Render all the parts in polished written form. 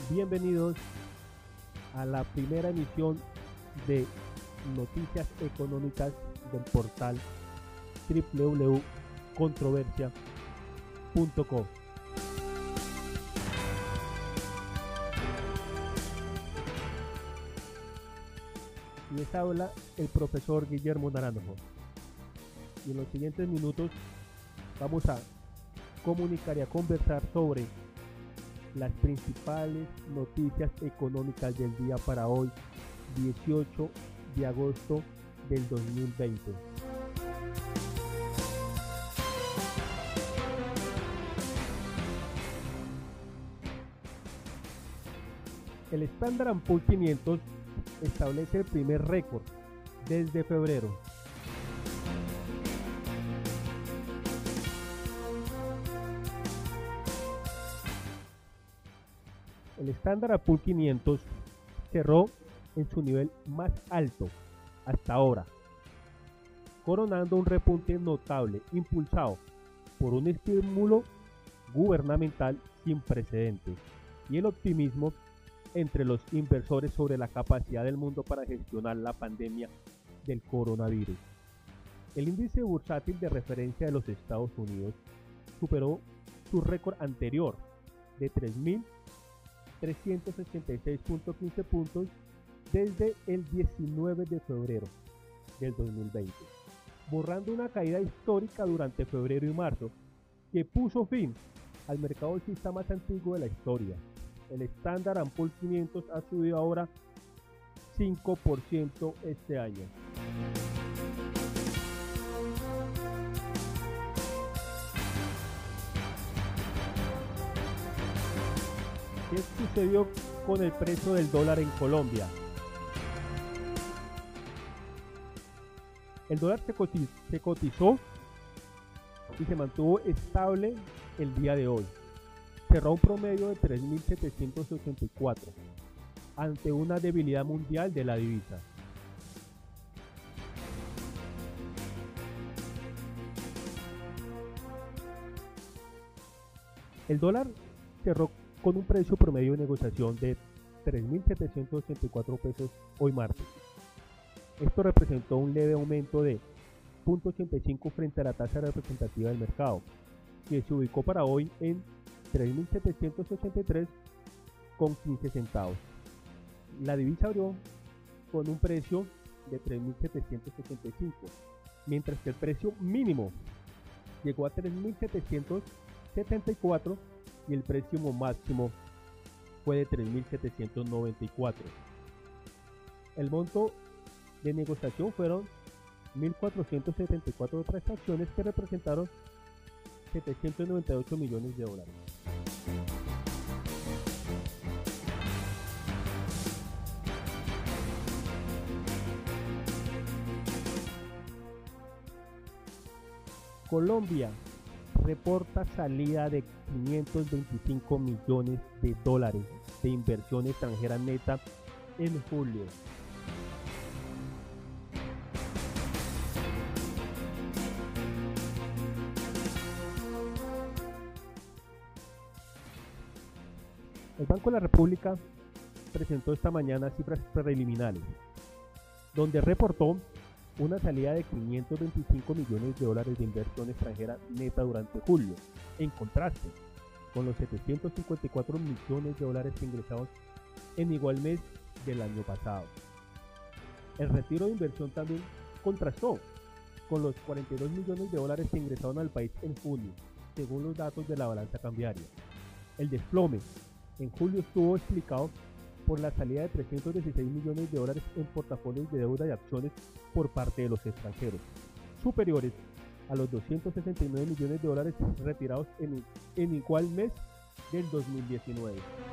Bienvenidos a la primera emisión de Noticias Económicas del portal www.controversia.com. Les habla el profesor Guillermo Naranjo. Y en los siguientes minutos vamos a comunicar y a conversar sobre las principales noticias económicas del día para hoy, 18 de agosto del 2020. El Standard & Poor's 500 establece el primer récord desde febrero. El Standard & Poor's 500 cerró en su nivel más alto hasta ahora, coronando un repunte notable impulsado por un estímulo gubernamental sin precedentes y el optimismo entre los inversores sobre la capacidad del mundo para gestionar la pandemia del coronavirus. El índice bursátil de referencia de los Estados Unidos superó su récord anterior de 3.386.15 puntos desde el 19 de febrero del 2020, borrando una caída histórica durante febrero y marzo que puso fin al mercado alcista más antiguo de la historia. El Standard & Poor's 500 ha subido ahora 5% este año. ¿Qué sucedió con el precio del dólar en Colombia? El dólar se cotizó y se mantuvo estable el día de hoy. Cerró un promedio de 3.784 ante una debilidad mundial de la divisa. El dólar cerró con un precio promedio de negociación de 3.784 pesos hoy martes. Esto representó un leve aumento de 0.85 frente a la tasa representativa del mercado, que se ubicó para hoy en 3.783,15 centavos. La divisa abrió con un precio de 3.775, mientras que el precio mínimo llegó a 3.774 y el precio máximo fue de 3.794. El monto de negociación fueron 1.474 transacciones que representaron 798 millones de dólares. Colombia reporta salida de 525 millones de dólares de inversión extranjera neta en julio. El Banco de la República presentó esta mañana cifras preliminares, donde reportó una salida de 525 millones de dólares de inversión extranjera neta durante julio, en contraste con los 754 millones de dólares ingresados en igual mes del año pasado. El retiro de inversión también contrastó con los 42 millones de dólares que ingresaron al país en junio, según los datos de la balanza cambiaria. El desplome en julio estuvo explicado por la salida de 316 millones de dólares en portafolios de deuda y acciones por parte de los extranjeros, superiores a los 269 millones de dólares retirados en igual mes del 2019.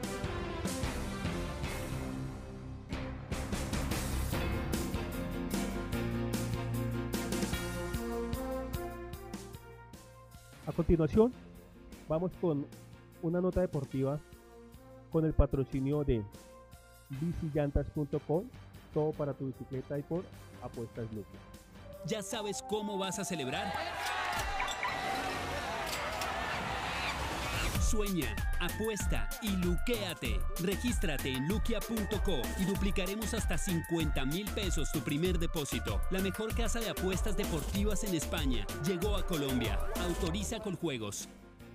A continuación, vamos con una nota deportiva con el patrocinio de bicillantas.com, todo para tu bicicleta y por Apuestas Lucas. ¿Ya sabes cómo vas a celebrar? Sueña, apuesta y luquéate. Regístrate en luquia.co y duplicaremos hasta 50.000 pesos tu primer depósito. La mejor casa de apuestas deportivas en España llegó a Colombia. Autoriza Coljuegos.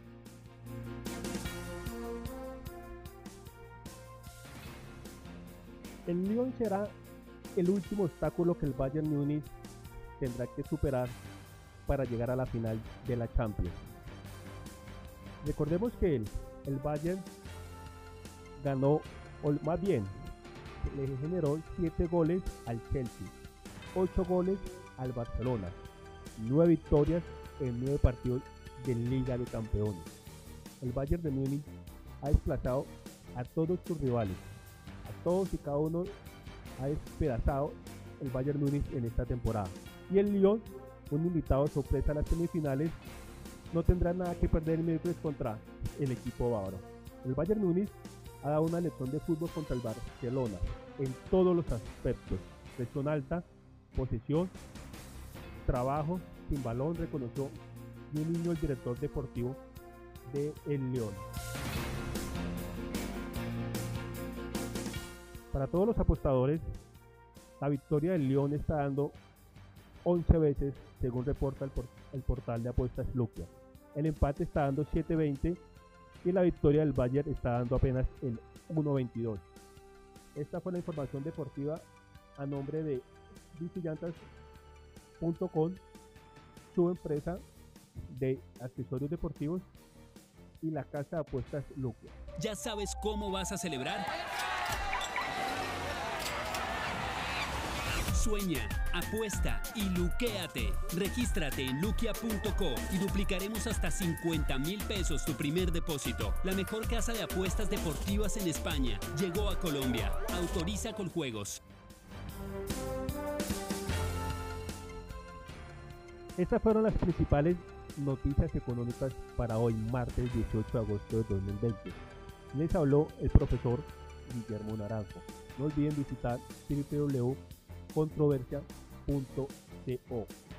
El Lyon será el último obstáculo que el Bayern Múnich tendrá que superar para llegar a la final de la Champions. Recordemos que el Bayern ganó, o más bien, le generó 7 goles al Chelsea, 8 goles al Barcelona, 9 victorias en 9 partidos de Liga de Campeones. El Bayern de Múnich ha desplazado a todos sus rivales, a todos y cada uno ha despedazado el Bayern Múnich en esta temporada. Y el Lyon, un invitado sorpresa a las semifinales, no tendrá nada que perder el miércoles contra el equipo bávaro. El Bayern Múnich ha dado una lección de fútbol contra el Barcelona en todos los aspectos: presión alta, posesión, trabajo sin balón, reconoció un niño el director deportivo de el Lyon. Para todos los apostadores, la victoria del Lyon está dando 11 veces, según reporta el portal de apuestas Luquia. El empate está dando 7.20 y la victoria del Bayern está dando apenas el 1.22. Esta fue la información deportiva a nombre de bicillantas.com, su empresa de accesorios deportivos, y la casa de apuestas Luquia. ¿Ya sabes cómo vas a celebrar? Sueña, apuesta y luquéate. Regístrate en luquia.co y duplicaremos hasta 50.000 pesos tu primer depósito. La mejor casa de apuestas deportivas en España llegó a Colombia. Autoriza Coljuegos. Estas fueron las principales noticias económicas para hoy, martes 18 de agosto de 2020. Les habló el profesor Guillermo Naranjo. No olviden visitar www.controversia.co.